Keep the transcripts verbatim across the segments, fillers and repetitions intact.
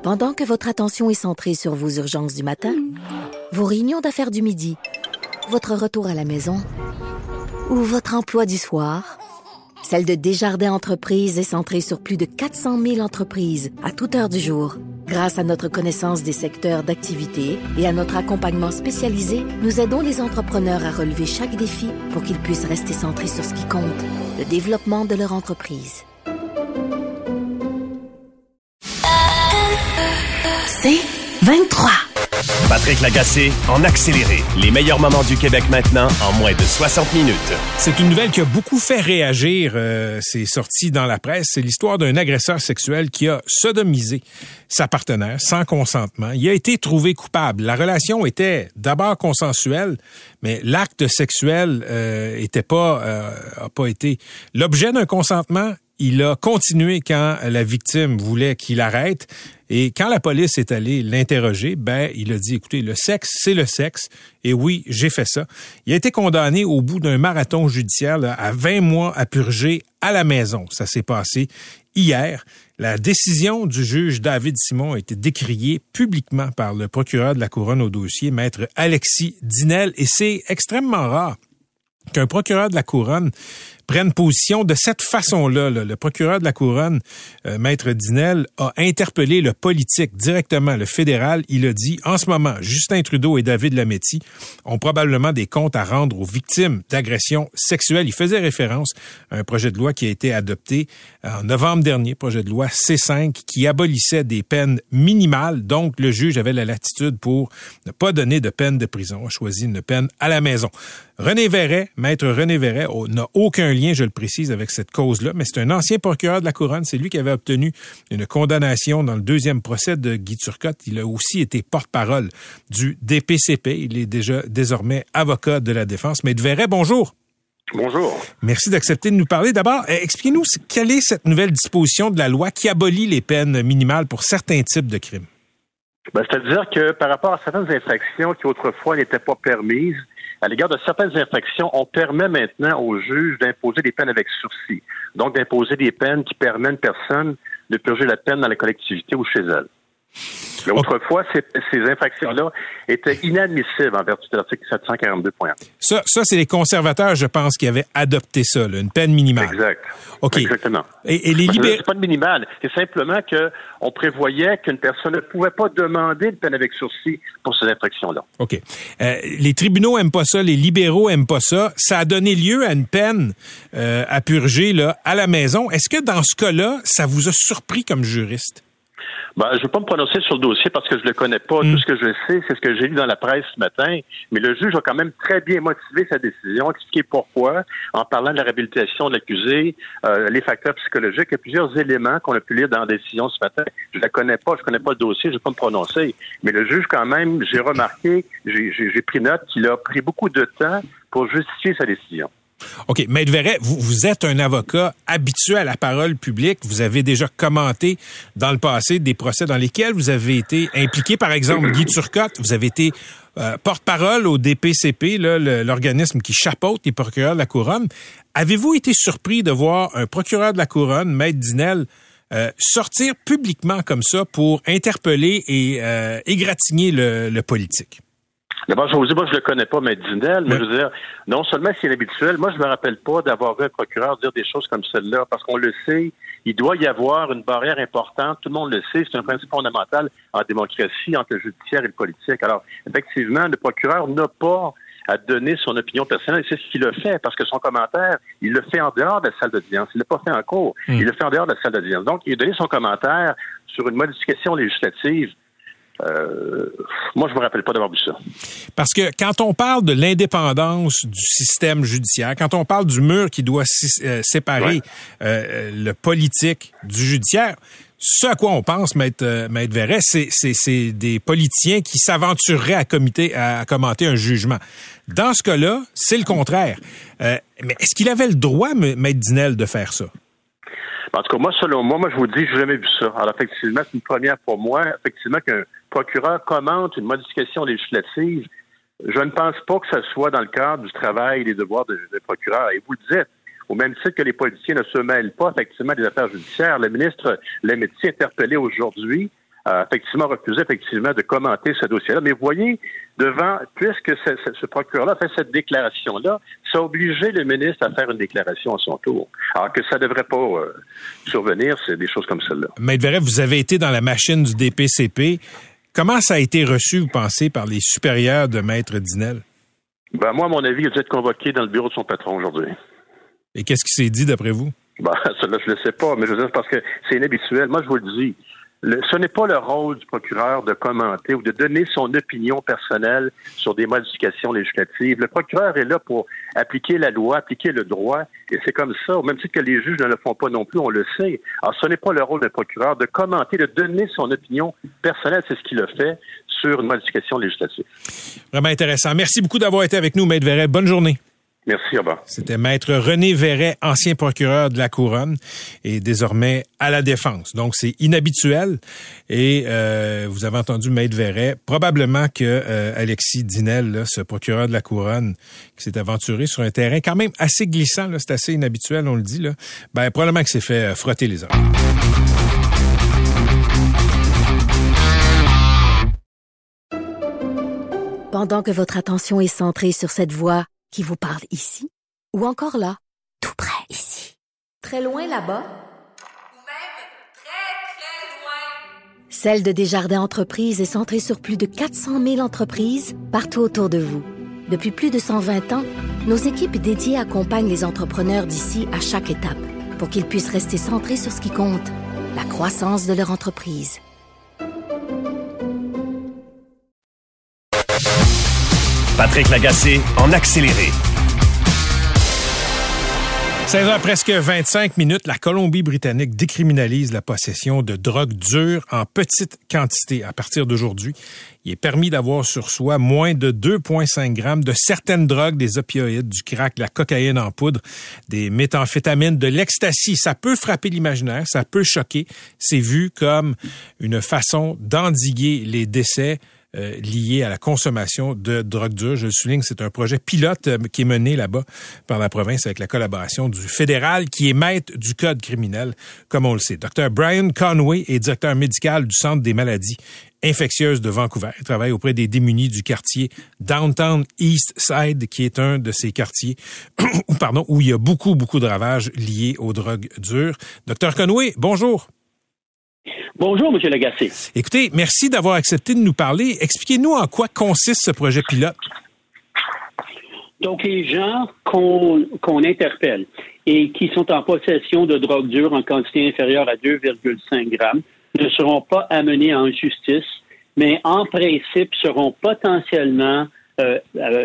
Pendant que votre attention est centrée sur vos urgences du matin, vos réunions d'affaires du midi, votre retour à la maison ou votre emploi du soir, celle de Desjardins Entreprises est centrée sur plus de quatre cent mille entreprises à toute heure du jour. Grâce à notre connaissance des secteurs d'activité et à notre accompagnement spécialisé, nous aidons les entrepreneurs à relever chaque défi pour qu'ils puissent rester centrés sur ce qui compte, le développement de leur entreprise. C'est vingt-trois. Patrick Lagacé en accéléré. Les meilleurs moments du Québec maintenant en moins de soixante minutes. C'est une nouvelle qui a beaucoup fait réagir. Euh, c'est sorti dans la presse. C'est l'histoire d'un agresseur sexuel qui a sodomisé sa partenaire sans consentement. Il a été trouvé coupable. La relation était d'abord consensuelle, mais l'acte sexuel euh, était pas, euh, a pas été l'objet d'un consentement. Il a continué quand la victime voulait qu'il arrête. Et quand la police est allée l'interroger, ben, il a dit, écoutez, le sexe, c'est le sexe. Et oui, j'ai fait ça. Il a été condamné au bout d'un marathon judiciaire là, à vingt mois à purger à la maison. Ça s'est passé hier. La décision du juge David Simon a été décriée publiquement par le procureur de la Couronne au dossier, maître Alexis Dinel. Et c'est extrêmement rare qu'un procureur de la Couronne prenne position de cette façon-là. Là. Le procureur de la Couronne, euh, maître Dinel, a interpellé le politique directement, le fédéral. Il a dit, en ce moment, Justin Trudeau et David Lametti ont probablement des comptes à rendre aux victimes d'agressions sexuelles. Il faisait référence à un projet de loi qui a été adopté en novembre dernier, projet de loi C cinq, qui abolissait des peines minimales. Donc, le juge avait la latitude pour ne pas donner de peine de prison, a choisi une peine à la maison. René Verret, maître René Verret, n'a aucun lien, je le précise, avec cette cause-là, mais c'est un ancien procureur de la Couronne. C'est lui qui avait obtenu une condamnation dans le deuxième procès de Guy Turcotte. Il a aussi été porte-parole du D P C P. Il est déjà désormais avocat de la défense. Maître Verret, bonjour. Bonjour. Merci d'accepter de nous parler. D'abord, expliquez-nous quelle est cette nouvelle disposition de la loi qui abolit les peines minimales pour certains types de crimes. Ben, c'est-à-dire que par rapport à certaines infractions qui autrefois n'étaient pas permises, à l'égard de certaines infractions, on permet maintenant aux juges d'imposer des peines avec sursis. Donc, d'imposer des peines qui permettent à une personne de purger la peine dans la collectivité ou chez elle. Mais autrefois, ces, ces infractions-là étaient inadmissibles en vertu de l'article sept cent quarante-deux point un. Ça, ça, c'est les conservateurs, je pense, qui avaient adopté ça, là, une peine minimale. Exact. OK. Exactement. Et, et les libéraux... C'est pas de minimale. C'est simplement qu'on prévoyait qu'une personne ne pouvait pas demander une peine avec sursis pour ces infractions-là. OK. Euh, les tribunaux aiment pas ça, les libéraux aiment pas ça. Ça a donné lieu à une peine euh, à purger là, à la maison. Est-ce que dans ce cas-là, ça vous a surpris comme juriste? Ben, je ne veux pas me prononcer sur le dossier parce que je le connais pas. Mm. Tout ce que je sais, c'est ce que j'ai lu dans la presse ce matin. Mais le juge a quand même très bien motivé sa décision, expliqué pourquoi, en parlant de la réhabilitation de l'accusé, euh, les facteurs psychologiques. Il y a plusieurs éléments qu'on a pu lire dans la décision ce matin. Je la connais pas, je connais pas le dossier, je ne vais pas me prononcer. Mais le juge, quand même, j'ai remarqué, j'ai, j'ai, j'ai pris note qu'il a pris beaucoup de temps pour justifier sa décision. OK. Maître Verret, vous, vous êtes un avocat habitué à la parole publique. Vous avez déjà commenté dans le passé des procès dans lesquels vous avez été impliqué. Par exemple, Guy Turcotte, vous avez été euh, porte-parole au D P C P, là, le, l'organisme qui chapeaute les procureurs de la Couronne. Avez-vous été surpris de voir un procureur de la Couronne, Maître Dinel, euh, sortir publiquement comme ça pour interpeller et euh, égratigner le, le politique? D'abord, je vais vous dire, moi, je le connais pas, Maître Dinel, mais oui. Je veux dire, non seulement c'est inhabituel, moi, je me rappelle pas d'avoir vu un procureur dire des choses comme celle-là, parce qu'on le sait, il doit y avoir une barrière importante, tout le monde le sait, c'est un principe fondamental en démocratie entre le judiciaire et le politique. Alors, effectivement, le procureur n'a pas à donner son opinion personnelle, et c'est ce qu'il a fait, parce que son commentaire, il le fait en dehors de la salle d'audience, il l'a pas fait en cours, mmh. il le fait en dehors de la salle d'audience. Donc, il a donné son commentaire sur une modification législative. Euh, moi, je me rappelle pas d'avoir vu ça. Parce que quand on parle de l'indépendance du système judiciaire, quand on parle du mur qui doit si, euh, séparer ouais. euh, le politique du judiciaire, ce à quoi on pense, Maître, euh, Maître Verret, c'est, c'est, c'est des politiciens qui s'aventureraient à, comité, à commenter un jugement. Dans ce cas-là, c'est le contraire. Euh, mais est-ce qu'il avait le droit, Maître Dinel, de faire ça? En tout cas, moi, selon moi, moi, je vous dis, j'ai jamais vu ça. Alors, effectivement, c'est une première pour moi. Effectivement, qu'un procureur commente une modification législative, je ne pense pas que ce soit dans le cadre du travail et des devoirs des de procureurs. Et vous le dites, au même titre que les politiciens ne se mêlent pas, effectivement, des affaires judiciaires, le ministre Lametti, interpellé aujourd'hui, a effectivement refusé effectivement de commenter ce dossier-là. Mais vous voyez, devant, puisque ce, ce, ce procureur-là fait cette déclaration-là, ça a obligé le ministre à faire une déclaration à son tour. Alors que ça ne devrait pas euh, survenir, c'est des choses comme celle-là. Maître Verret, vous avez été dans la machine du D P C P. Comment ça a été reçu, vous pensez, par les supérieurs de Maître Dinel? Ben, moi, à mon avis, il a dû être convoqué dans le bureau de son patron aujourd'hui. Et qu'est-ce qui s'est dit d'après vous? Ben, cela, je ne le sais pas, mais je veux dire, parce que c'est inhabituel. Moi, je vous le dis. Le, ce n'est pas le rôle du procureur de commenter ou de donner son opinion personnelle sur des modifications législatives. Le procureur est là pour appliquer la loi, appliquer le droit, et c'est comme ça, au même titre que les juges ne le font pas non plus, on le sait. Alors, ce n'est pas le rôle d'un procureur de commenter, de donner son opinion personnelle, c'est ce qu'il a fait sur une modification législative. Vraiment intéressant. Merci beaucoup d'avoir été avec nous, Maître Verret. Bonne journée. Merci, au revoir. C'était Maître René Verret, ancien procureur de la Couronne et désormais à la Défense. Donc, c'est inhabituel. Et euh, vous avez entendu Maître Verret. Probablement que euh, Alexis Dinel, là, ce procureur de la Couronne, qui s'est aventuré sur un terrain quand même assez glissant, là, c'est assez inhabituel, on le dit, là, ben, probablement qu'il s'est fait euh, frotter les oreilles. Pendant que votre attention est centrée sur cette voix qui vous parle ici, ou encore là, tout près ici, très loin là-bas, ou même très, très loin. Celle de Desjardins Entreprises est centrée sur plus de quatre cent mille entreprises partout autour de vous. Depuis plus de cent vingt ans, nos équipes dédiées accompagnent les entrepreneurs d'ici à chaque étape pour qu'ils puissent rester centrés sur ce qui compte, la croissance de leur entreprise. Patrick Lagacé en accéléré. seize heures presque vingt-cinq minutes, la Colombie-Britannique décriminalise la possession de drogue dure en petite quantité. À partir d'aujourd'hui, il est permis d'avoir sur soi moins de deux virgule cinq grammes de certaines drogues, des opioïdes, du crack, de la cocaïne en poudre, des méthamphétamines, de l'ecstasy. Ça peut frapper l'imaginaire, ça peut choquer. C'est vu comme une façon d'endiguer les décès Euh, lié à la consommation de drogue dure. Je le souligne, c'est un projet pilote euh, qui est mené là-bas par la province avec la collaboration du fédéral qui est maître du code criminel, comme on le sait. Docteur Brian Conway est directeur médical du Centre des maladies infectieuses de Vancouver. Il travaille auprès des démunis du quartier Downtown East Side, qui est un de ces quartiers pardon, où il y a beaucoup, beaucoup de ravages liés aux drogues dures. Docteur Conway, bonjour. Bonjour, M. Lagacé. Écoutez, merci d'avoir accepté de nous parler. Expliquez-nous en quoi consiste ce projet pilote. Donc, les gens qu'on, qu'on interpelle et qui sont en possession de drogue dure en quantité inférieure à deux virgule cinq grammes ne seront pas amenés en justice, mais en principe seront potentiellement euh, euh,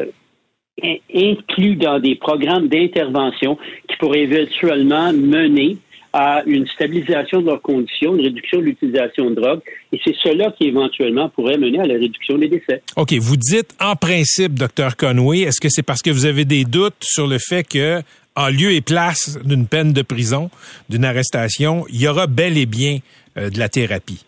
inclus dans des programmes d'intervention qui pourraient éventuellement mener à une stabilisation de leurs conditions, une réduction de l'utilisation de drogue, et c'est cela qui éventuellement pourrait mener à la réduction des décès. OK, vous dites en principe, Docteur Conway, est-ce que c'est parce que vous avez des doutes sur le fait que, en lieu et place d'une peine de prison, d'une arrestation, il y aura bel et bien euh, de la thérapie?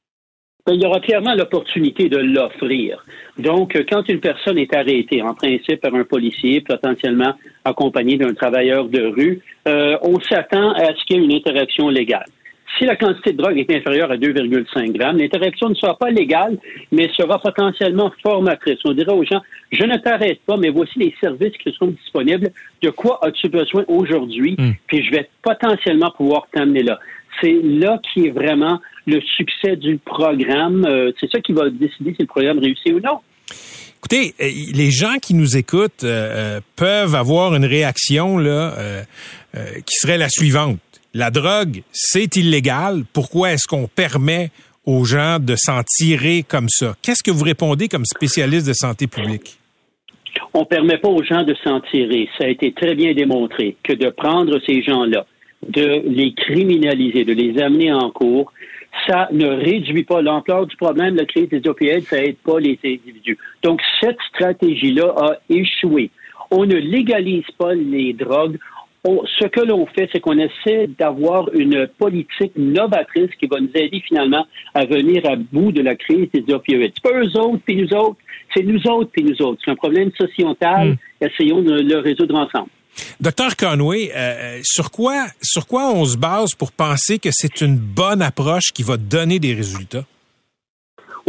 Il y aura clairement l'opportunité de l'offrir. Donc, quand une personne est arrêtée, en principe par un policier, potentiellement accompagné d'un travailleur de rue, euh, on s'attend à ce qu'il y ait une interaction légale. Si la quantité de drogue est inférieure à deux virgule cinq grammes, l'interaction ne sera pas légale, mais sera potentiellement formatrice. On dira aux gens, je ne t'arrête pas, mais voici les services qui seront disponibles. De quoi as-tu besoin aujourd'hui? Mm. Puis je vais potentiellement pouvoir t'amener là. C'est là qui est vraiment le succès du programme. Euh, c'est ça qui va décider si le programme réussit ou non. Écoutez, les gens qui nous écoutent euh, peuvent avoir une réaction là euh, euh, qui serait la suivante. La drogue, c'est illégal. Pourquoi est-ce qu'on permet aux gens de s'en tirer comme ça? Qu'est-ce que vous répondez comme spécialiste de santé publique? On ne permet pas aux gens de s'en tirer. Ça a été très bien démontré que de prendre ces gens-là, de les criminaliser, de les amener en cours, ça ne réduit pas l'ampleur du problème. La crise des opioïdes, ça aide pas les individus. Donc, cette stratégie-là a échoué. On ne légalise pas les drogues. On, ce que l'on fait, c'est qu'on essaie d'avoir une politique novatrice qui va nous aider finalement à venir à bout de la crise des opioïdes. C'est pas eux autres puis nous autres, c'est nous autres puis nous autres. C'est un problème sociétal. Mmh. Essayons de le résoudre ensemble. Docteur Conway, euh, sur quoi, sur quoi on se base pour penser que c'est une bonne approche qui va donner des résultats?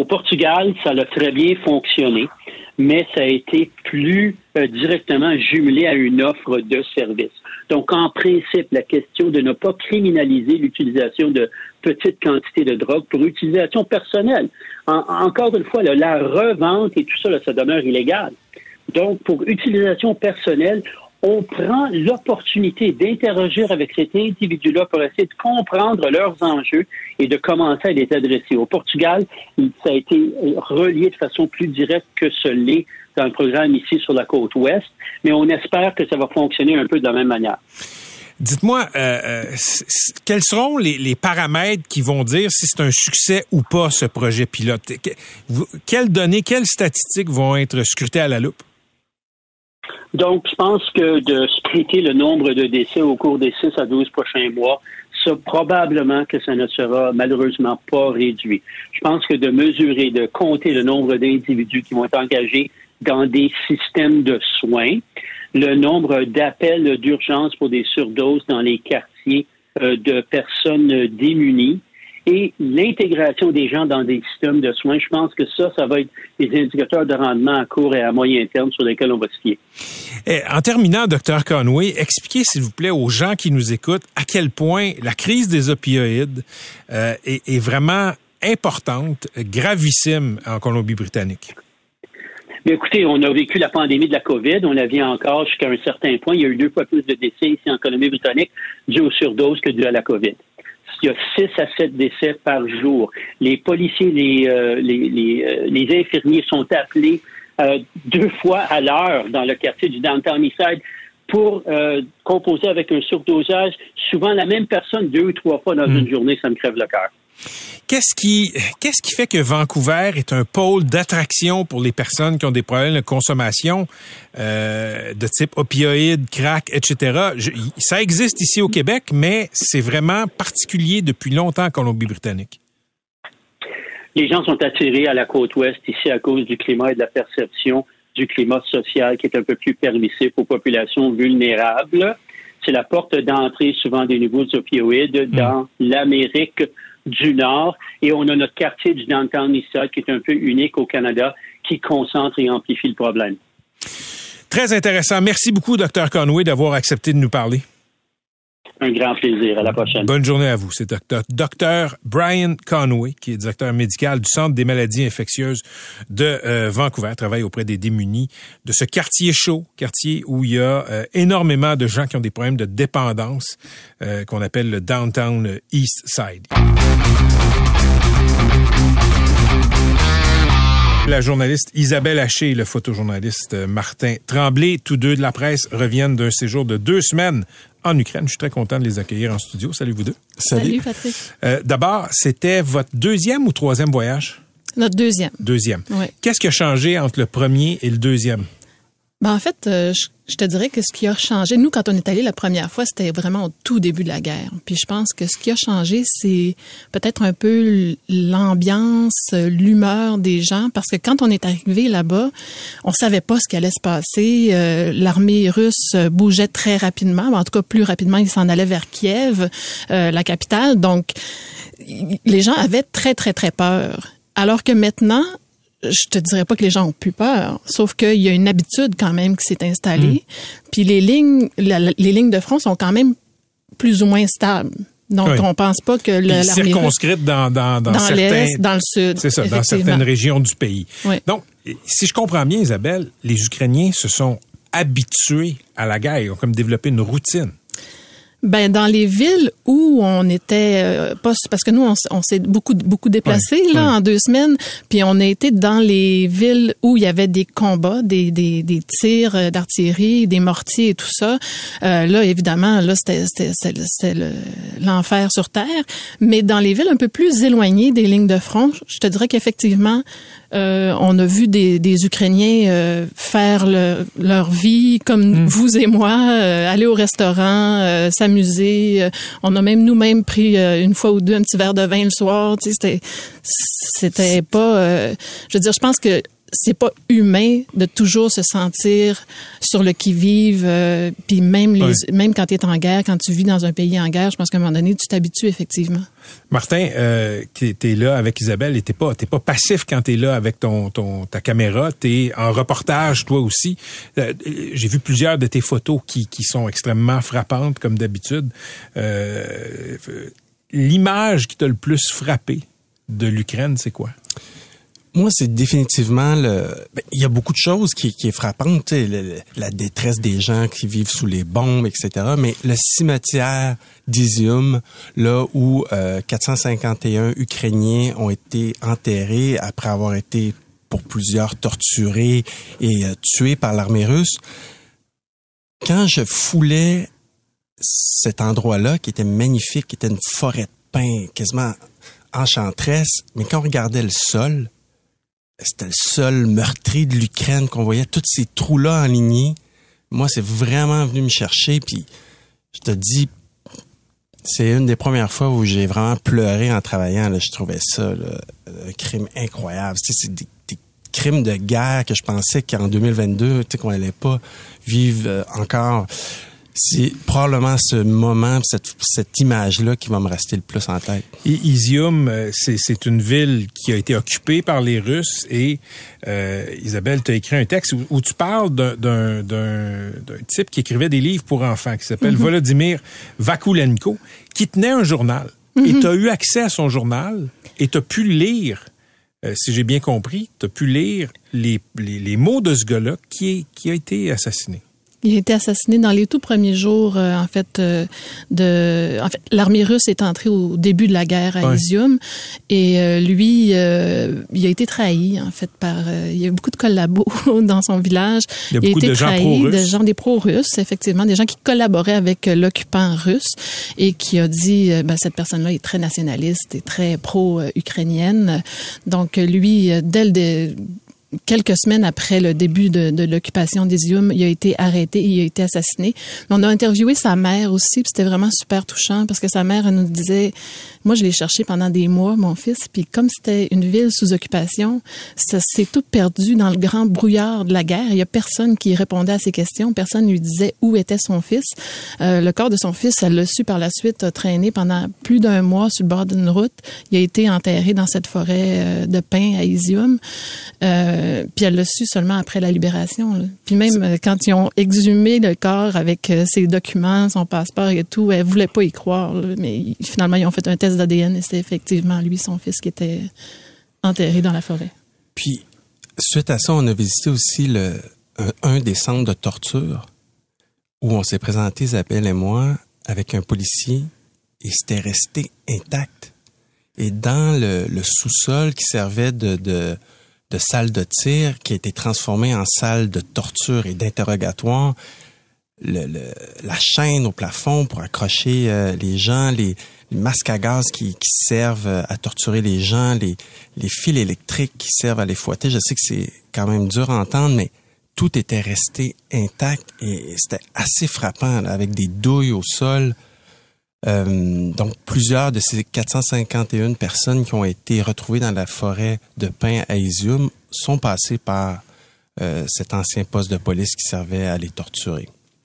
Au Portugal, ça a très bien fonctionné, mais ça a été plus euh, directement jumelé à une offre de service. Donc, en principe, la question de ne pas criminaliser l'utilisation de petites quantités de drogue pour utilisation personnelle. En, encore une fois, là, la revente et tout ça, là, ça demeure illégal. Donc, pour utilisation personnelle, on prend l'opportunité d'interagir avec cet individu-là pour essayer de comprendre leurs enjeux et de commencer à les adresser. Au Portugal, ça a été relié de façon plus directe que ce l'est dans le programme ici sur la côte ouest, mais on espère que ça va fonctionner un peu de la même manière. Dites-moi, euh, quels seront les, les paramètres qui vont dire si c'est un succès ou pas ce projet pilote? Quelles données, quelles statistiques vont être scrutées à la loupe? Donc, je pense que de scruter le nombre de décès au cours des six à douze prochains mois, ça, probablement que ça ne sera malheureusement pas réduit. Je pense que de mesurer, de compter le nombre d'individus qui vont être engagés dans des systèmes de soins, le nombre d'appels d'urgence pour des surdoses dans les quartiers euh, de personnes démunies et l'intégration des gens dans des systèmes de soins, je pense que ça, ça va être des indicateurs de rendement à court et à moyen terme sur lesquels on va se fier. Et en terminant, docteur Conway, expliquez s'il vous plaît aux gens qui nous écoutent à quel point la crise des opioïdes euh, est, est vraiment importante, gravissime en Colombie-Britannique. Mais écoutez, on a vécu la pandémie de la COVID, on la vit encore jusqu'à un certain point. Il y a eu deux fois plus de décès ici en Colombie-Britannique dus aux surdoses que dû à la COVID. Il y a six à sept décès par jour. Les policiers, les, euh, les, les, euh, les infirmiers sont appelés euh, deux fois à l'heure dans le quartier du Downtown Eastside pour euh, composer avec un surdosage. Souvent la même personne deux ou trois fois dans mmh. une journée, ça me crève le cœur. Qu'est-ce qui, qu'est-ce qui fait que Vancouver est un pôle d'attraction pour les personnes qui ont des problèmes de consommation euh, de type opioïdes, crack, et cetera? Je, ça existe ici au Québec, mais c'est vraiment particulier depuis longtemps en Colombie-Britannique. Les gens sont attirés à la côte ouest ici à cause du climat et de la perception du climat social qui est un peu plus permissif aux populations vulnérables. C'est la porte d'entrée souvent des nouveaux opioïdes mmh. dans l'Amérique du Nord, et on a notre quartier du Downtown Eastside qui est un peu unique au Canada, qui concentre et amplifie le problème. Très intéressant. Merci beaucoup, docteur Conway, d'avoir accepté de nous parler. Un grand plaisir. À la prochaine. Bonne journée à vous. C'est docteur docteur Brian Conway, qui est directeur médical du Centre des maladies infectieuses de euh, Vancouver, travaille auprès des démunis de ce quartier chaud, quartier où il y a euh, énormément de gens qui ont des problèmes de dépendance, euh, qu'on appelle le Downtown East Side. La journaliste Isabelle Haché et le photojournaliste Martin Tremblay, tous deux de la presse, reviennent d'un séjour de deux semaines en Ukraine. Je suis très content de les accueillir en studio. Salut vous deux. Salut, Salut Patrick. Euh, d'abord, c'était votre deuxième ou troisième voyage? Notre deuxième. Deuxième. Oui. Qu'est-ce qui a changé entre le premier et le deuxième? Ben en fait, euh, je, je te dirais que ce qui a changé, nous, quand on est allé la première fois, c'était vraiment au tout début de la guerre. Puis je pense que ce qui a changé, c'est peut-être un peu l'ambiance, l'humeur des gens, parce que quand on est arrivé là-bas, on savait pas ce qui allait se passer. Euh, l'armée russe bougeait très rapidement, en tout cas plus rapidement, ils s'en allaient vers Kiev, euh, la capitale. Donc, les gens avaient très, très, très peur. Alors que maintenant, je te dirais pas que les gens ont plus peur, sauf qu'il y a une habitude quand même qui s'est installée. Mmh. Puis les lignes, la, les lignes de front sont quand même plus ou moins stables. Donc, oui. on pense pas que le, l'armée circonscrite dans, dans, dans, dans certains... l'Est, dans le Sud. C'est ça, dans certaines régions du pays. Oui. Donc, si je comprends bien, Isabelle, les Ukrainiens se sont habitués à la guerre. Ils ont comme développé une routine. Ben dans les villes où on était euh, pas parce que nous on, on s'est beaucoup beaucoup déplacés ouais, là ouais. en deux semaines, puis on a été dans les villes où il y avait des combats, des des des tirs d'artillerie, des mortiers et tout ça. Euh, là évidemment là c'était c'était c'était, c'était le, l'enfer sur terre, mais dans les villes un peu plus éloignées des lignes de front, je te dirais qu'effectivement Euh, on a vu des, des Ukrainiens euh, faire le, leur vie comme mmh. vous et moi, euh, aller au restaurant, euh, s'amuser. Euh, on a même nous-mêmes pris euh, une fois ou deux un petit verre de vin le soir. Tu sais, c'était c'était pas. Euh, je veux dire, je pense que c'est pas humain de toujours se sentir sur le qui-vive, euh, puis même les, oui. même quand tu es en guerre, quand tu vis dans un pays en guerre, je pense qu'à un moment donné, tu t'habitues effectivement. Martin, euh, tu es là avec Isabelle et t'es pas, t'es pas passif quand tu es là avec ton, ton, ta caméra, tu es en reportage toi aussi. Euh, j'ai vu plusieurs de tes photos qui, qui sont extrêmement frappantes comme d'habitude. Euh, l'image qui t'a le plus frappé de l'Ukraine, c'est quoi? Moi, c'est définitivement le. Ben, il y a beaucoup de choses qui, qui est frappante, tu sais, le, la détresse des gens qui vivent sous les bombes, et cetera. Mais le cimetière d'Izium, là où euh, quatre cent cinquante et un Ukrainiens ont été enterrés après avoir été pour plusieurs torturés et euh, tués par l'armée russe. Quand je foulais cet endroit-là, qui était magnifique, qui était une forêt de pins, quasiment enchanteresse, mais quand on regardait le sol, c'était le sol meurtri de l'Ukraine, qu'on voyait tous ces trous-là enlignés. Moi, c'est vraiment venu me chercher, puis je te dis, c'est une des premières fois où j'ai vraiment pleuré en travaillant. Là, je trouvais ça là, un crime incroyable. Tu sais, c'est des, des crimes de guerre que je pensais qu'en deux mille vingt-deux, tu sais, qu'on n'allait pas vivre euh, encore. C'est probablement ce moment, cette, cette image-là qui va me rester le plus en tête. Et Izium, c'est, c'est une ville qui a été occupée par les Russes et euh, Isabelle, tu as écrit un texte où, où tu parles d'un, d'un, d'un, d'un type qui écrivait des livres pour enfants qui s'appelle mm-hmm. Volodymyr Vakulenko, qui tenait un journal. Mm-hmm. Et tu as eu accès à son journal et tu as pu lire, euh, si j'ai bien compris, tu as pu lire les, les, les mots de ce gars-là qui, est, qui a été assassiné. Il a été assassiné dans les tout premiers jours, euh, en fait, euh, de. En fait, l'armée russe est entrée au début de la guerre à ouais. Izium, et euh, lui, euh, il a été trahi, en fait, par. Euh, il y a eu beaucoup de collabos dans son village. Il y a il beaucoup a été de gens trahi, pro-russes. des gens des pro-russes, effectivement, des gens qui collaboraient avec euh, l'occupant russe et qui a dit, euh, ben cette personne-là est très nationaliste et très pro-ukrainienne. Donc lui, euh, dès le dé... quelques semaines après le début de, de l'occupation d'Izium, il a été arrêté et il a été assassiné. Mais on a interviewé sa mère aussi, puis c'était vraiment super touchant parce que sa mère, elle nous disait, moi je l'ai cherché pendant des mois, mon fils, puis comme c'était une ville sous occupation, ça s'est tout perdu dans le grand brouillard de la guerre. Il y a personne qui répondait à ses questions, personne lui disait où était son fils. Euh, le corps de son fils, elle l'a su par la suite, a traîné pendant plus d'un mois sur le bord d'une route. Il a été enterré dans cette forêt de pins à Izium. Euh, Euh, puis elle l'a su seulement après la libération. Là. Puis même euh, quand ils ont exhumé le corps avec euh, ses documents, son passeport et tout, elle voulait pas y croire. Là, mais ils, finalement, ils ont fait un test d'A D N et c'était effectivement lui, son fils, qui était enterré dans la forêt. Puis, suite à ça, on a visité aussi le, un, un des centres de torture où on s'est présenté, Isabelle et moi, avec un policier et c'était resté intact. Et dans le, le sous-sol qui servait de... de de salle de tir qui a été transformée en salle de torture et d'interrogatoire. Le, le, la chaîne au plafond pour accrocher euh, les gens, les, les masques à gaz qui, qui servent à torturer les gens, les, les fils électriques qui servent à les fouetter. Je sais que c'est quand même dur à entendre, mais tout était resté intact et c'était assez frappant, là, avec des douilles au sol. Euh, donc, plusieurs de ces quatre cent cinquante et une personnes qui ont été retrouvées dans la forêt de pins à Izium sont passées par euh, cet ancien poste de police qui servait à les torturer.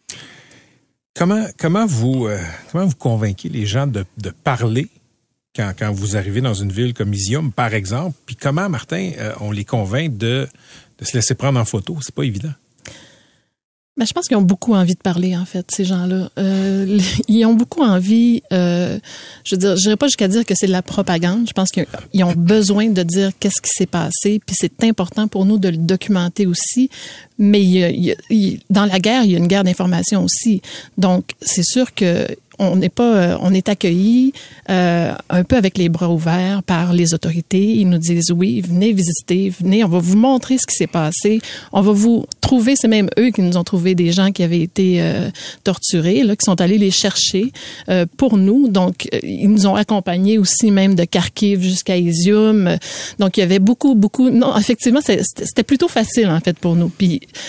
Comment comment vous euh, comment vous convainquez les gens de, de parler quand quand vous arrivez dans une ville comme Izium, par exemple? Puis comment, Martin, euh, on les convainc de de se laisser prendre en photo? C'est pas évident. Ben, je pense qu'ils ont beaucoup envie de parler, en fait, ces gens-là. Euh, ils ont beaucoup envie, euh, je veux dire, je dirais pas jusqu'à dire que c'est de la propagande. Je pense qu'ils ont besoin de dire qu'est-ce qui s'est passé, puis c'est important pour nous de le documenter aussi. Mais il y a, il y a, il, dans la guerre, il y a une guerre d'information aussi. Donc, c'est sûr que on n'est pas, on est accueillis euh, un peu avec les bras ouverts par les autorités. Ils nous disent oui, venez visiter, venez, on va vous montrer ce qui s'est passé. On va vous trouver, c'est même eux qui nous ont trouvé des gens qui avaient été euh, torturés, là, qui sont allés les chercher euh, pour nous. Donc, euh, ils nous ont accompagnés aussi même de Kharkiv jusqu'à Izium. Donc, il y avait beaucoup, beaucoup. Non, effectivement, c'était plutôt facile en fait pour nous. Puis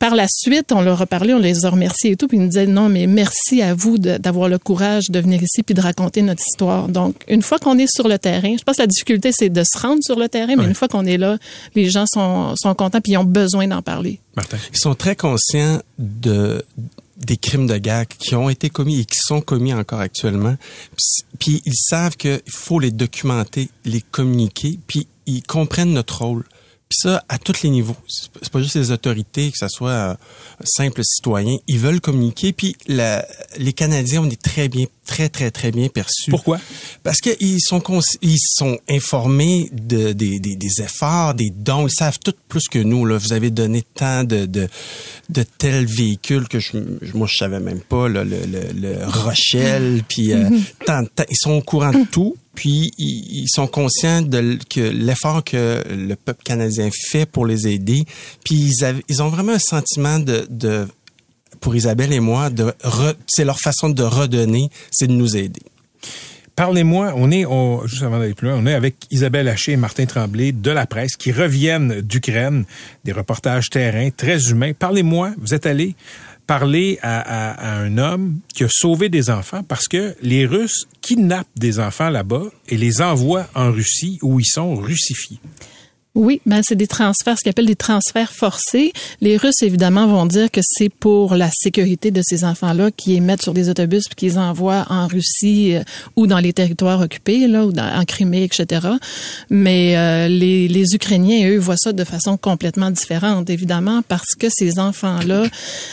par la suite, on leur a parlé, on les a remerciés et tout, puis ils nous disaient non, mais merci à vous de, d'avoir le courage de venir ici puis de raconter notre histoire. Donc, une fois qu'on est sur le terrain, je pense que la difficulté, c'est de se rendre sur le terrain, mais ouais. une fois qu'on est là, les gens sont, sont contents puis ils ont besoin d'en parler. Martin. Ils sont très conscients de des crimes de guerre qui ont été commis et qui sont commis encore actuellement. Puis, puis ils savent qu'il faut les documenter, les communiquer, puis ils comprennent notre rôle. Puis ça, à tous les niveaux. C'est pas juste les autorités, que ce soit euh, simples citoyens. Ils veulent communiquer. Puis la, les Canadiens, on est très bien, très, très, très bien perçus. Pourquoi? Parce qu'ils sont, ils sont informés de, des, des, des efforts, des dons. Ils savent tout plus que nous. Là. Vous avez donné tant de, de, de tels véhicules que je, moi, je savais même pas. Là, le, le, le Rochelle, puis euh, tant, tant, ils sont au courant de tout. Puis ils sont conscients de que l'effort que le peuple canadien fait pour les aider. Puis ils, avaient, ils ont vraiment un sentiment de, de pour Isabelle et moi, de re, c'est leur façon de redonner, c'est de nous aider. Parlez-moi, on est, on, juste avant d'aller plus loin, on est avec Isabelle Haché et Martin Tremblay de La Presse qui reviennent d'Ukraine, des reportages terrain très humains. Parlez-moi, vous êtes allés parler à, à, à un homme qui a sauvé des enfants parce que les Russes kidnappent des enfants là-bas et les envoient en Russie où ils sont russifiés. Oui, ben c'est des transferts, ce qu'ils appellent des transferts forcés. Les Russes, évidemment, vont dire que c'est pour la sécurité de ces enfants-là qui les mettent sur des autobus puis qu'ils envoient en Russie euh, ou dans les territoires occupés, là, ou dans, en Crimée, et cetera. Mais euh, les, les Ukrainiens, eux, voient ça de façon complètement différente, évidemment, parce que ces enfants-là,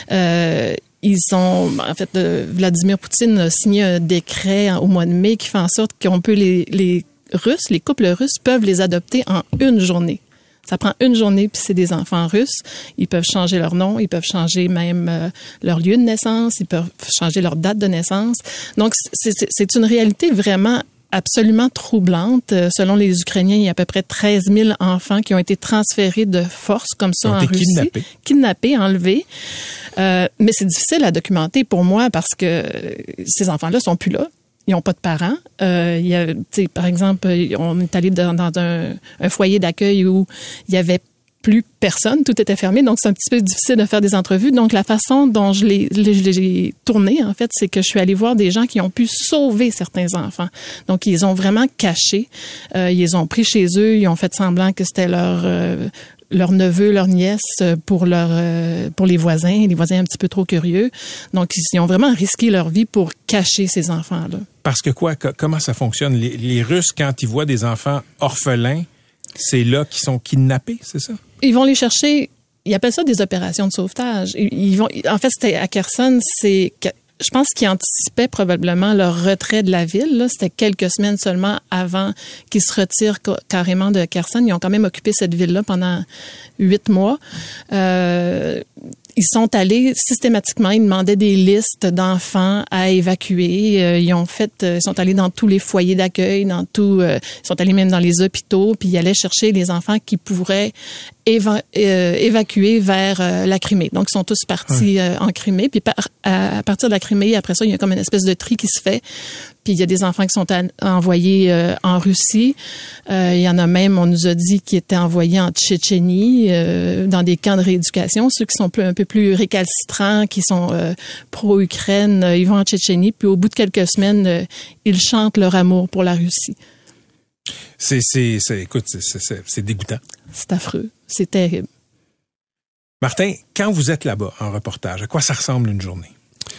euh, ils ont, en fait, euh, Vladimir Poutine a signé un décret au mois de mai qui fait en sorte qu'on peut les, les Russes, les couples russes peuvent les adopter en une journée. Ça prend une journée, puis c'est des enfants russes. Ils peuvent changer leur nom, ils peuvent changer même euh, leur lieu de naissance, ils peuvent changer leur date de naissance. Donc, c'est, c'est, c'est une réalité vraiment absolument troublante. Selon les Ukrainiens, il y a à peu près treize mille enfants qui ont été transférés de force comme ça en Russie. Kidnappés. Kidnappés, enlevés. Euh, mais c'est difficile à documenter pour moi parce que ces enfants-là sont plus là. Ils n'ont pas de parents. Euh, il y a, par exemple, on est allé dans, dans un, un foyer d'accueil où il y avait plus personne, tout était fermé, donc c'est un petit peu difficile de faire des entrevues. Donc la façon dont je l'ai, je l'ai tourné, en fait, c'est que je suis allée voir des gens qui ont pu sauver certains enfants. Donc ils ont vraiment caché, euh, ils les ont pris chez eux, ils ont fait semblant que c'était leur euh, leurs neveux, leurs nièces pour leur euh, pour les voisins, les voisins un petit peu trop curieux. Donc ils ont vraiment risqué leur vie pour cacher ces enfants-là. Parce que quoi, comment ça fonctionne? Les, les Russes, quand ils voient des enfants orphelins, c'est là qu'ils sont kidnappés, c'est ça? Ils vont les chercher. Ils appellent ça des opérations de sauvetage. Ils vont. En fait, c'était à Kherson, c'est. Je pense qu'ils anticipaient probablement leur retrait de la ville. Là. C'était quelques semaines seulement avant qu'ils se retirent carrément de Kherson. Ils ont quand même occupé cette ville-là pendant huit mois. Euh, ils sont allés systématiquement, ils demandaient des listes d'enfants à évacuer. Euh, ils ont fait, ils sont allés dans tous les foyers d'accueil, dans tout, euh, ils sont allés même dans les hôpitaux, puis ils allaient chercher les enfants qui pourraient éva- euh, évacuer vers euh, la Crimée. Donc ils sont tous partis euh, en Crimée. Puis par, à, à partir de la Crimée, après ça, il y a comme une espèce de tri qui se fait. Puis il y a des enfants qui sont à, envoyés euh, en Russie. Euh, il y en a même, on nous a dit, qui étaient envoyés en Tchétchénie, euh, dans des camps de rééducation. Ceux qui sont plus, un peu plus récalcitrants, qui sont euh, pro-Ukraine, euh, ils vont en Tchétchénie. Puis au bout de quelques semaines, euh, ils chantent leur amour pour la Russie. C'est, c'est, c'est écoute, c'est, c'est, c'est dégoûtant. C'est affreux. C'est terrible. Martin, quand vous êtes là-bas en reportage, à quoi ça ressemble une journée?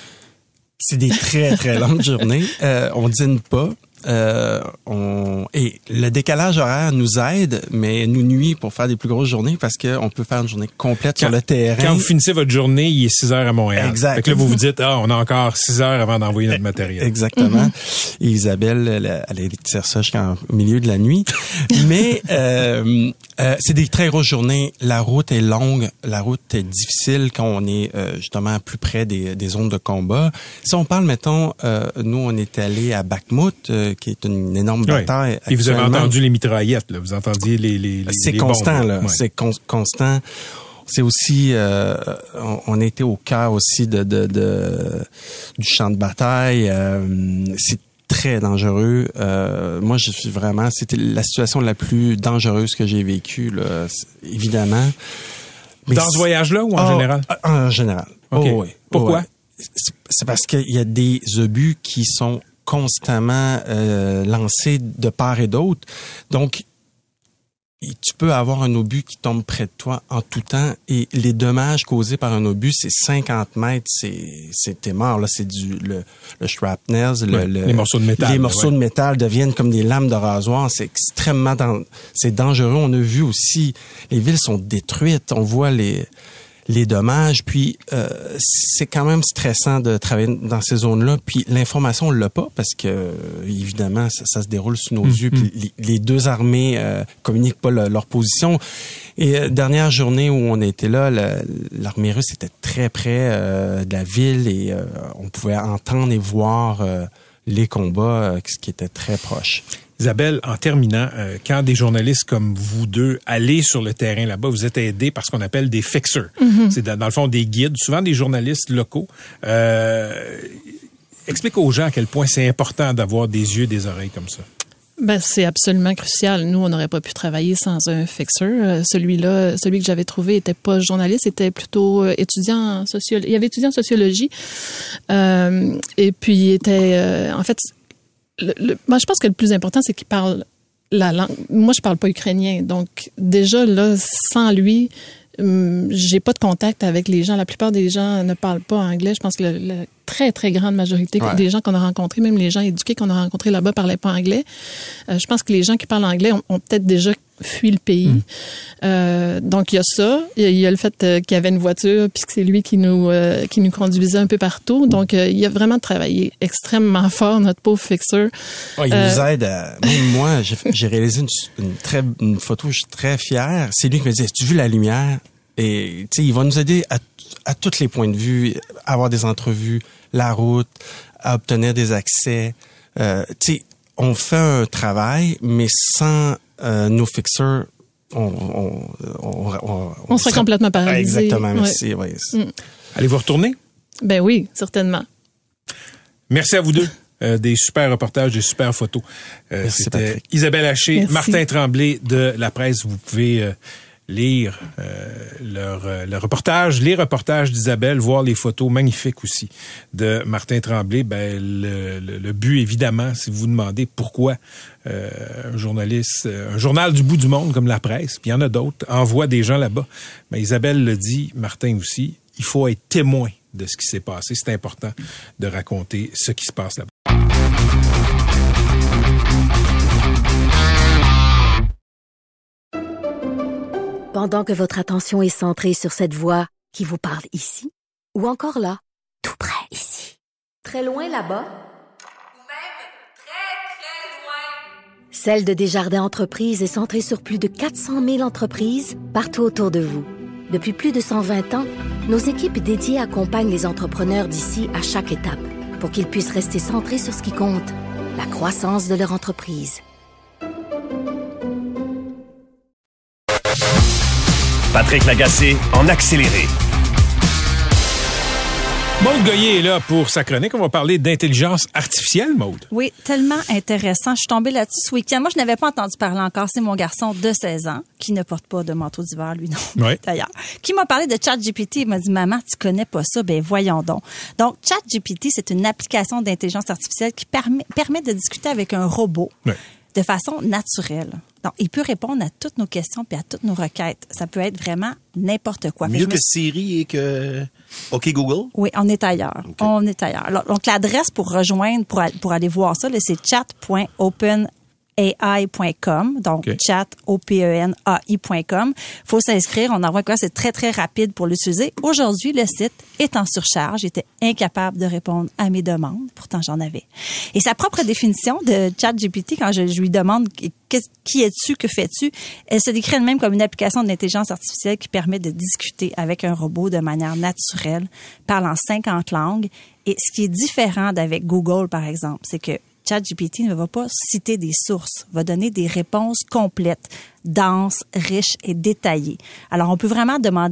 C'est des très, très longues journées. Euh, on dîne pas. Euh, on et le décalage horaire nous aide, mais nous nuit pour faire des plus grosses journées parce que on peut faire une journée complète quand, sur le terrain. Quand vous finissez votre journée, il est six heures à Montréal. Exact. Fait que là, vous vous dites, ah, on a encore six heures avant d'envoyer notre matériel. Exactement. Mm-hmm. Et Isabelle, elle, elle a dire ça jusqu'au milieu de la nuit. Mais euh, euh, c'est des très grosses journées. La route est longue, la route est difficile quand on est euh, justement plus près des, des zones de combat. Si on parle, mettons, euh, nous, on est allé à Bakhmut, euh, qui est une énorme bataille. Oui. Et vous avez entendu les mitraillettes, là. Vous entendiez les, les, les C'est les constant, bombes, là. Ouais. C'est con- constant. C'est aussi, euh, on, on était au cœur aussi de, de, de du champ de bataille. Euh, c'est très dangereux. Euh, moi, je suis vraiment, c'était la situation la plus dangereuse que j'ai vécue, là, évidemment. Mais Dans ce voyage-là ou en oh, général? En général. Okay. Oh, oui. Pourquoi? Oh, c'est, c'est parce qu'il y a des obus qui sont constamment euh, lancés de part et d'autre. Donc, tu peux avoir un obus qui tombe près de toi en tout temps et les dommages causés par un obus, c'est cinquante mètres, c'est, c'est t'es mort, là. C'est du, le, le shrapnel, le, ouais, le, les morceaux de métal. Les morceaux ouais. de métal deviennent comme des lames de rasoir. C'est extrêmement, dan- c'est dangereux. On a vu aussi, les villes sont détruites. On voit les, les dommages. Puis, euh, c'est quand même stressant de travailler dans ces zones-là. Puis, l'information, on l'a pas parce que, évidemment, ça, ça se déroule sous nos mmh, yeux. Puis, les, les deux armées euh, communiquent pas le, leur position. Et euh, dernière journée où on était là, la, l'armée russe était très près euh, de la ville et euh, on pouvait entendre et voir euh, les combats, euh, ce qui était très proche. Isabelle, en terminant, euh, quand des journalistes comme vous deux allez sur le terrain là-bas, vous êtes aidés par ce qu'on appelle des fixers. Mm-hmm. C'est dans, dans le fond des guides, souvent des journalistes locaux. Euh, explique aux gens à quel point c'est important d'avoir des yeux et des oreilles comme ça. Ben, c'est absolument crucial. Nous, on n'aurait pas pu travailler sans un fixer. Euh, celui-là, celui que j'avais trouvé était pas journaliste, était plutôt euh, étudiant en sociologie. Il avait étudié en sociologie. Euh, et puis, il était, euh, en fait, Le, le, moi, je pense que le plus important, c'est qu'il parle la langue. Moi, je parle pas ukrainien. Donc, déjà, là, sans lui, hum, j'ai pas de contact avec les gens. La plupart des gens ne parlent pas anglais. Je pense que le, la très, très grande majorité ouais. des gens qu'on a rencontrés, même les gens éduqués qu'on a rencontrés là-bas, parlaient pas anglais. Euh, je pense que les gens qui parlent anglais ont, ont peut-être déjà fui le pays. Mmh. Euh, donc, il y a ça. Il y a, il y a le fait euh, qu'il y avait une voiture puis que c'est lui qui nous euh, qui nous conduisait un peu partout. Donc, euh, il a vraiment travaillé extrêmement fort, notre pauvre fixeur. Oh, il euh, nous aide. À... Même moi, j'ai, j'ai réalisé une, une, très, une photo, je suis très fier. C'est lui qui me dit, as-tu vu la lumière? Et, tu sais, il va nous aider à, à tous les points de vue, à avoir des entrevues, la route, à obtenir des accès. Euh, tu sais, on fait un travail, mais sans Euh, nos fixeurs, on, on, on, on, on serait sera... complètement paralysé. Exactement, merci. Ouais. Ouais. Mm. Allez-vous retourner? Ben oui, certainement. Merci à vous deux. Euh, des super reportages, des super photos. Euh, merci, c'était Patrick. Isabelle Haché, merci. Martin Tremblay de La Presse. Vous pouvez euh, lire euh, leur, euh, leur reportage, les reportages d'Isabelle, voir les photos magnifiques aussi de Martin Tremblay. Ben, le, le, le but, évidemment, si vous vous demandez pourquoi euh, un journaliste, euh, un journal du bout du monde comme La Presse, puis il y en a d'autres, envoie des gens là-bas. Ben, Isabelle le dit, Martin aussi, il faut être témoin de ce qui s'est passé. C'est important de raconter ce qui se passe là-bas. Pendant que votre attention est centrée sur cette voix qui vous parle ici, ou encore là, tout près ici, très loin là-bas, ou même très, très loin, celle de Desjardins Entreprises est centrée sur plus de quatre cent mille entreprises partout autour de vous. Depuis plus de cent vingt ans, nos équipes dédiées accompagnent les entrepreneurs d'ici à chaque étape pour qu'ils puissent rester centrés sur ce qui compte, la croissance de leur entreprise. Patrick Lagacé en accéléré. Maude Goyer est là pour sa chronique. On va parler d'intelligence artificielle, Maude. Oui, tellement intéressant. Je suis tombée là-dessus ce week-end. Moi, je n'avais pas entendu parler encore. C'est mon garçon de seize ans, qui ne porte pas de manteau d'hiver, lui non, oui. d'ailleurs, qui m'a parlé de ChatGPT. Il m'a dit, maman, tu connais pas ça? Ben voyons donc. Donc, ChatGPT, c'est une application d'intelligence artificielle qui permet, permet de discuter avec un robot. Oui. De façon naturelle. Donc, il peut répondre à toutes nos questions puis à toutes nos requêtes. Ça peut être vraiment n'importe quoi. Mieux que me... Siri et que OK Google? Oui, on est ailleurs. Okay. On est ailleurs. Alors, donc, l'adresse pour rejoindre, pour, pour aller voir ça, là, c'est chat point open A I point com, donc okay. chat O P E N A I point com. Faut s'inscrire, on envoie quoi, c'est très très rapide pour l'utiliser. Aujourd'hui, le site est en surcharge, j'étais incapable de répondre à mes demandes, pourtant j'en avais. Et sa propre définition de ChatGPT, quand je, je lui demande qui es-tu, que fais-tu, elle se décrit elle-même comme une application d'intelligence artificielle qui permet de discuter avec un robot de manière naturelle, parlant cinquante langues. Et ce qui est différent d'avec Google, par exemple, c'est que ChatGPT ne va pas citer des sources, va donner des réponses complètes, denses, riches et détaillées. Alors, on peut vraiment demander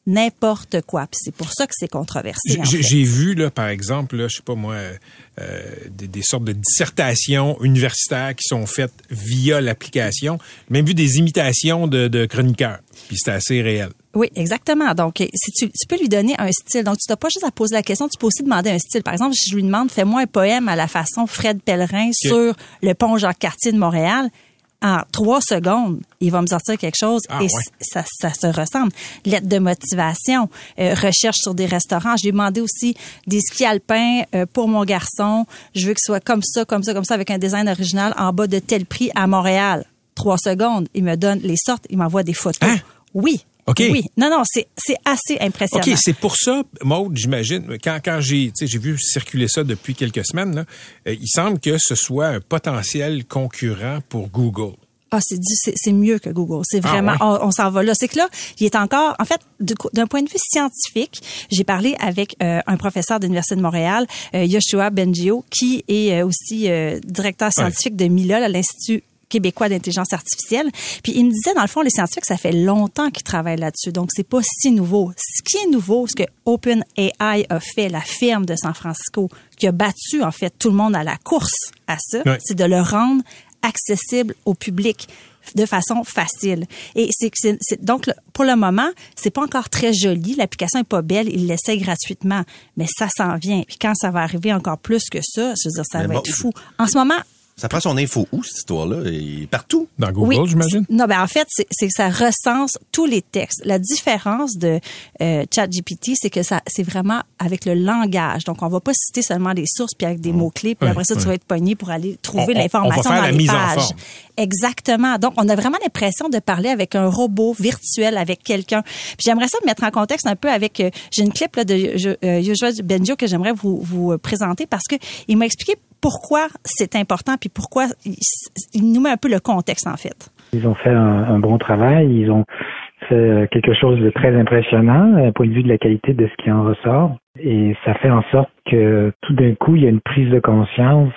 n'importe quoi. Puis c'est pour ça que c'est controversé. J'ai, j'ai vu, là, par exemple, là, je sais pas moi, euh, des, des sortes de dissertations universitaires qui sont faites via l'application. J'ai même vu des imitations de, de chroniqueurs. Puis c'était assez réel. Oui, exactement. Donc, si tu, tu peux lui donner un style. Donc, tu n'as pas juste à poser la question, tu peux aussi demander un style. Par exemple, si je lui demande, fais-moi un poème à la façon Fred Pellerin okay. sur le pont Jacques-Cartier de Montréal, en trois secondes, il va me sortir quelque chose ah, et ouais. ça, ça se ressemble. Lettre de motivation, euh, recherche sur des restaurants. Je lui ai demandé aussi des skis alpins euh, pour mon garçon. Je veux que ce soit comme ça, comme ça, comme ça, avec un design original en bas de tel prix à Montréal. Trois secondes, il me donne les sortes, il m'envoie des photos. Hein? Oui. Okay. Oui. Non, non, c'est, c'est assez impressionnant. OK, c'est pour ça, Maude, j'imagine, quand, quand j'ai, tu sais, j'ai vu circuler ça depuis quelques semaines, là, euh, il semble que ce soit un potentiel concurrent pour Google. Ah, c'est, c'est, c'est mieux que Google. C'est vraiment, ah ouais. on, on s'en va là. C'est que là, il est encore, en fait, du, d'un point de vue scientifique, j'ai parlé avec euh, un professeur de l'Université de Montréal, euh, Yoshua Bengio, qui est euh, aussi euh, directeur scientifique ouais. de MILA, l'Institut québécois d'intelligence artificielle. Puis il me disait, dans le fond, les scientifiques, ça fait longtemps qu'ils travaillent là-dessus. Donc, c'est pas si nouveau. Ce qui est nouveau, ce que OpenAI a fait, la firme de San Francisco, qui a battu, en fait, tout le monde à la course à ça, ouais. c'est de le rendre accessible au public de façon facile. Et c'est, c'est, c'est donc pour le moment, c'est pas encore très joli, l'application est pas belle, il l'essaie gratuitement, mais ça s'en vient. Puis quand ça va arriver encore plus que ça, je veux dire, ça mais va bon, être fou. En ce moment, ça prend son info où, cette histoire-là? Il est partout? Dans Google, oui, j'imagine? Non, ben en fait, c'est, c'est que ça recense tous les textes. La différence de euh, ChatGPT, c'est que ça, c'est vraiment avec le langage. Donc, on va pas citer seulement des sources puis avec des mmh. mots-clés, puis oui, après ça, oui. tu vas être pogné pour aller trouver on, l'information on va faire dans la les mise pages. En forme. Exactement. Donc, on a vraiment l'impression de parler avec un robot virtuel, avec quelqu'un. Puis j'aimerais ça me mettre en contexte un peu avec... Euh, j'ai une clip là, de euh, Yoshua Bengio que j'aimerais vous, vous présenter parce que il m'a expliqué pourquoi c'est important, puis pourquoi il, il nous met un peu le contexte, en fait. Ils ont fait un, un bon travail, ils ont fait quelque chose de très impressionnant, d'un point de vue de la qualité de ce qui en ressort, et ça fait en sorte que tout d'un coup, il y a une prise de conscience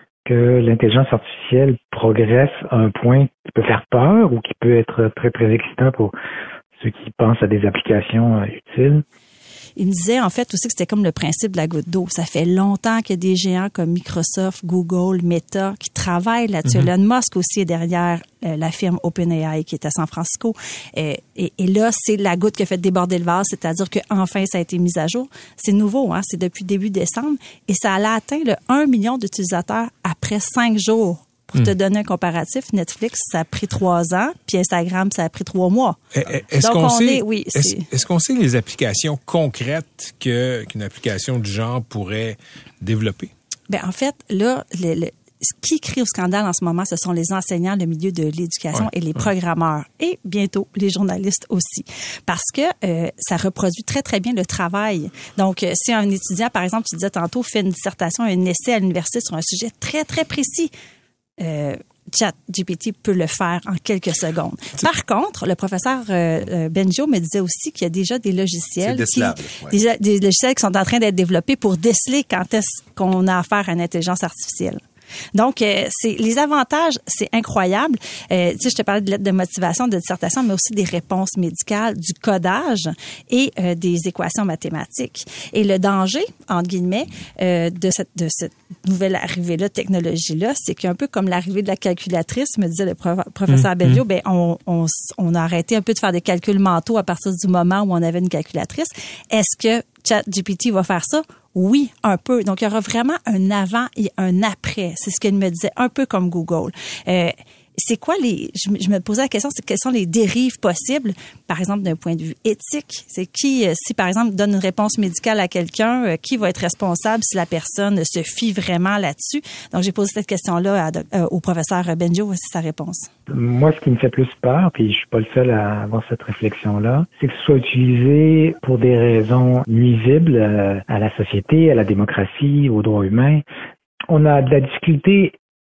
que l'intelligence artificielle progresse à un point qui peut faire peur ou qui peut être très, très excitant pour ceux qui pensent à des applications utiles. Il me disait en fait aussi que c'était comme le principe de la goutte d'eau. Ça fait longtemps qu'il y a des géants comme Microsoft, Google, Meta qui travaillent là-dessus. Mm-hmm. Elon Musk aussi est derrière euh, la firme OpenAI qui est à San Francisco. Et, et, et là, c'est la goutte qui a fait déborder le vase, c'est-à-dire qu'enfin ça a été mis à jour. C'est nouveau, hein, c'est depuis début décembre et ça a atteint le un million d'utilisateurs après cinq jours. Pour te donner un comparatif, Netflix, ça a pris trois ans, puis Instagram, ça a pris trois mois. Est-ce Donc, qu'on on sait, est, oui, est-ce, est-ce qu'on sait les applications concrètes que, qu'une application du genre pourrait développer? Ben, en fait, là, le, le, ce qui crie au scandale en ce moment, ce sont les enseignants, le milieu de l'éducation ouais, et les ouais. programmeurs. Et bientôt, les journalistes aussi. Parce que euh, ça reproduit très, très bien le travail. Donc, euh, si un étudiant, par exemple, tu disais tantôt, fait une dissertation, un essai à l'université sur un sujet très, très précis, Euh, ChatGPT peut le faire en quelques secondes. Par contre, le professeur euh, Bengio me disait aussi qu'il y a déjà des logiciels, qui, ouais. déjà, des logiciels qui sont en train d'être développés pour déceler quand est-ce qu'on a affaire à une intelligence artificielle. Donc, euh, c'est les avantages, c'est incroyable. Euh, tu sais, je te parlais de lettres de motivation, de dissertation, mais aussi des réponses médicales, du codage et euh, des équations mathématiques. Et le danger, entre guillemets, euh, de cette de cette nouvelle arrivée-là, technologie-là, c'est qu'un peu comme l'arrivée de la calculatrice, me disait le prof, professeur mmh, Bengio, mmh. ben on, on on a arrêté un peu de faire des calculs mentaux à partir du moment où on avait une calculatrice. Est-ce que ChatGPT va faire ça? Oui, un peu. Donc, il y aura vraiment un avant et un après. C'est ce qu'elle me disait, un peu comme Google. Euh, c'est quoi les... Je, je me posais la question, c'est quelles sont les dérives possibles, par exemple, d'un point de vue éthique? C'est qui, si, par exemple, donne une réponse médicale à quelqu'un, euh, qui va être responsable si la personne se fie vraiment là-dessus? Donc, j'ai posé cette question-là à, euh, au professeur Bengio. Voici sa réponse. Moi, ce qui me fait plus peur, puis je suis pas le seul à avoir cette réflexion-là, c'est que ce soit utilisé pour des raisons nuisibles euh, à la société, à la démocratie, aux droits humains. On a de la difficulté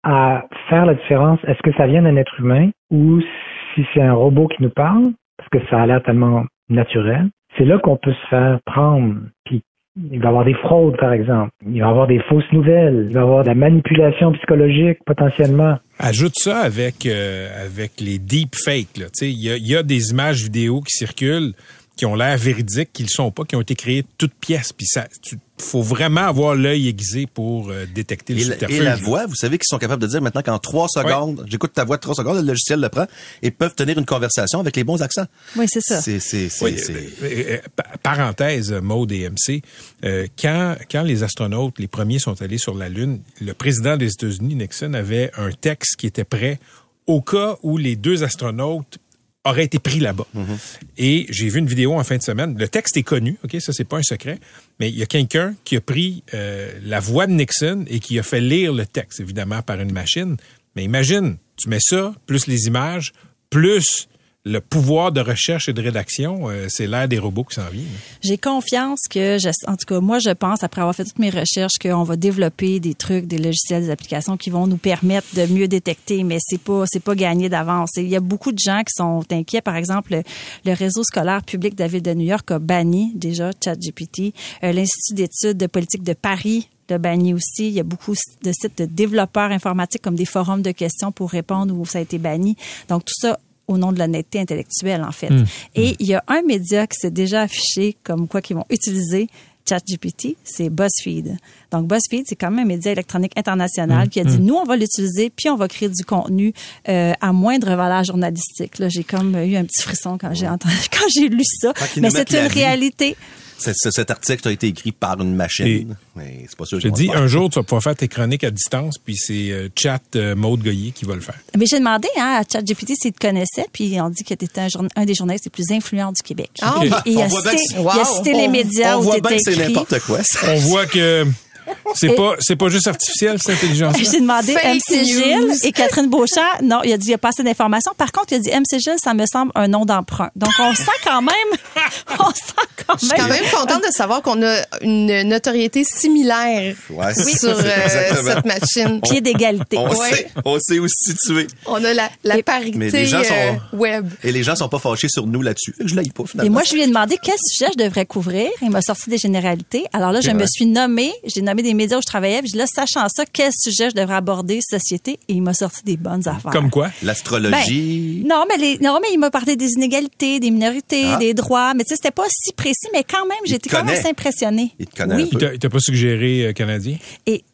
à faire la différence. Est-ce que ça vient d'un être humain ou si c'est un robot qui nous parle, parce que ça a l'air tellement naturel. C'est là qu'on peut se faire prendre. Puis il va y avoir des fraudes, par exemple. Il va y avoir des fausses nouvelles. Il va y avoir de la manipulation psychologique, potentiellement. Ajoute ça avec euh, avec les deepfakes. Tu sais, il y a, y a des images vidéo qui circulent. qui ont l'air véridiques, qui le sont pas, qui ont été créés de toutes pièces. Puis ça, tu, faut vraiment avoir l'œil aiguisé pour euh, détecter le et subterfuge. La, et la voix, vous savez qu'ils sont capables de dire maintenant qu'en trois secondes, oui. j'écoute ta voix de trois secondes, le logiciel le prend et peuvent tenir une conversation avec les bons accents. Oui, c'est ça. C'est, c'est, c'est, oui, c'est... Euh, euh, parenthèse, Maude et M C, euh, quand, quand les astronautes, les premiers sont allés sur la Lune, le président des États-Unis, Nixon, avait un texte qui était prêt au cas où les deux astronautes aurait été pris là-bas. Mm-hmm. Et j'ai vu une vidéo en fin de semaine. Le texte est connu, ok, ça c'est pas un secret, mais il y a quelqu'un qui a pris euh, la voix de Nixon et qui a fait lire le texte, évidemment par une machine. Mais imagine, tu mets ça, plus les images, plus le pouvoir de recherche et de rédaction, euh, c'est l'ère des robots qui s'en vient. J'ai confiance que, je, en tout cas, moi, je pense, après avoir fait toutes mes recherches, qu'on va développer des trucs, des logiciels, des applications qui vont nous permettre de mieux détecter, mais c'est pas, c'est pas gagné d'avance. Il y a beaucoup de gens qui sont inquiets. Par exemple, le, le réseau scolaire public de la Ville de New York a banni déjà ChatGPT. Euh, L'Institut d'études de politique de Paris de banni aussi. Il y a beaucoup de sites de développeurs informatiques comme des forums de questions pour répondre où ça a été banni. Donc, tout ça au nom de l'honnêteté intellectuelle, en fait. Mmh. Et il y a un média qui s'est déjà affiché comme quoi qu'ils vont utiliser ChatGPT, c'est BuzzFeed. Donc, BuzzFeed, c'est quand même un média électronique international mmh. qui a dit, mmh. nous, on va l'utiliser, puis on va créer du contenu euh, à moindre valeur journalistique. Là, j'ai comme eu un petit frisson quand j'ai entendu, quand j'ai lu ça. Mais c'est une réalité. C'est, cet article a été écrit par une machine. Et mais c'est pas sûr. Je te dis, un jour, tu vas pouvoir faire tes chroniques à distance, puis c'est euh, Chat euh, Maude Goyer qui va le faire. Mais j'ai demandé hein, à ChatGPT s'il te connaissait, puis on dit que tu étais un, jour, un des journalistes les plus influents du Québec. Ah, okay. Et, et il, a cité, wow. il a cité les médias on où voit t'étais bien que c'est écrit. n'importe quoi. Ça. On voit que... C'est et pas, c'est pas juste artificiel, cette intelligence. J'ai demandé Fake M C Gilles et Catherine Beauchamp. Non, il a dit, il n'y a pas assez d'informations. Par contre, il a dit M C Gilles, ça me semble un nom d'emprunt. Donc, on sent quand même, on sent quand même. Je suis quand même contente de savoir qu'on a une notoriété similaire ouais, oui, sur euh, cette machine. Pied d'égalité. On, on, ouais. sait, on sait où se situer. On a la, la et, parité mais les gens sont, euh, web. Et les gens sont pas fâchés sur nous là-dessus. Je l'aille pas, finalement. Et moi, je lui ai demandé quel sujet je devrais couvrir. Il m'a sorti des généralités. Alors là, je ouais. me suis nommée, j'ai nommé des médias où je travaillais. Puis là, sachant ça, quel sujet je devrais aborder, société, et il m'a sorti des bonnes affaires. Comme quoi? L'astrologie? Ben, non, mais les, non, mais il m'a parlé des inégalités, des minorités, ah. des droits. Mais tu sais, c'était pas si précis, mais quand même, j'étais quand même assez impressionnée. Il te connaît oui. un peu. Il t'a, il t'a pas suggéré euh, Canadien? Et,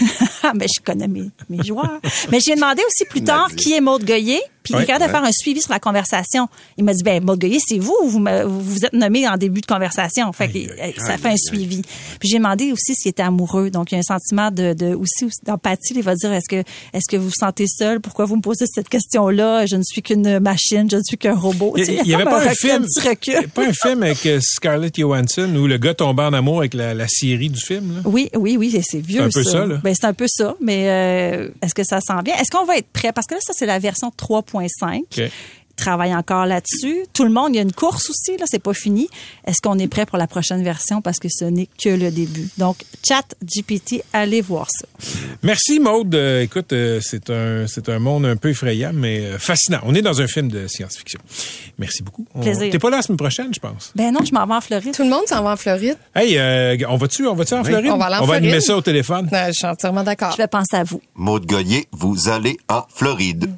mais je connais mes, mes joueurs. Mais j'ai demandé aussi plus tard qui est Maude Goyer. Puis il est capable de faire un suivi sur la conversation. Il m'a dit, ben Maude Goyer, c'est vous ou vous, me, vous vous êtes nommé en début de conversation. Fait que aïe, ça aïe, fait un aïe, suivi. Puis j'ai demandé aussi s'il était amoureux. Donc il y a un sentiment de, de aussi d'empathie. Il va dire, est-ce que est-ce que vous vous sentez seul? Pourquoi vous me posez cette question-là? Je ne suis qu'une machine, je ne suis qu'un robot. Il y, y, y avait pas un, un film, il y avait pas un film avec Scarlett Johansson où le gars tombait en amour avec la, la série du film. Là? Oui, oui, oui, c'est vieux. C'est un peu ça, ça là. Ben c'est un peu ça. Mais euh, est-ce que ça sent bien? Est-ce qu'on va être prêt? Parce que là, ça c'est la version trois point cinq. Okay. Travaille encore là-dessus. Tout le monde, il y a une course aussi, là, c'est pas fini. Est-ce qu'on est prêt pour la prochaine version? Parce que ce n'est que le début. Donc, ChatGPT, allez voir ça. Merci, Maude. Euh, écoute, euh, c'est un, c'est un monde un peu effrayant, mais euh, fascinant. On est dans un film de science-fiction. Merci beaucoup. On... Plaisir. T'es pas là la semaine prochaine, je pense? Ben non, je m'en vais en Floride. Tout le monde s'en va en Floride. Hey, euh, on va-tu, on va-tu en Floride? Oui, on va aller en on Floride. va animer ça au téléphone. Euh, je suis entièrement d'accord. Je vais penser à vous. Maude Goyer, vous allez en Floride.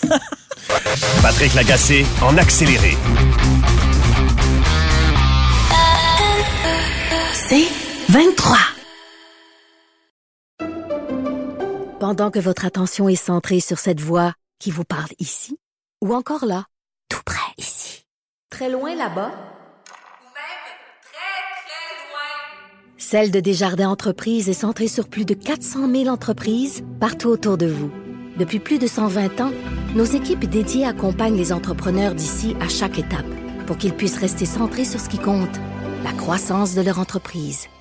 Patrick Lagacé en accéléré. C'est vingt-trois. Pendant que votre attention est centrée sur cette voix qui vous parle ici, ou encore là, tout près ici, très loin là-bas, ou même très, très loin, celle de Desjardins Entreprises est centrée sur plus de quatre cent mille entreprises partout autour de vous. Depuis plus de cent vingt ans, nos équipes dédiées accompagnent les entrepreneurs d'ici à chaque étape pour qu'ils puissent rester centrés sur ce qui compte, la croissance de leur entreprise.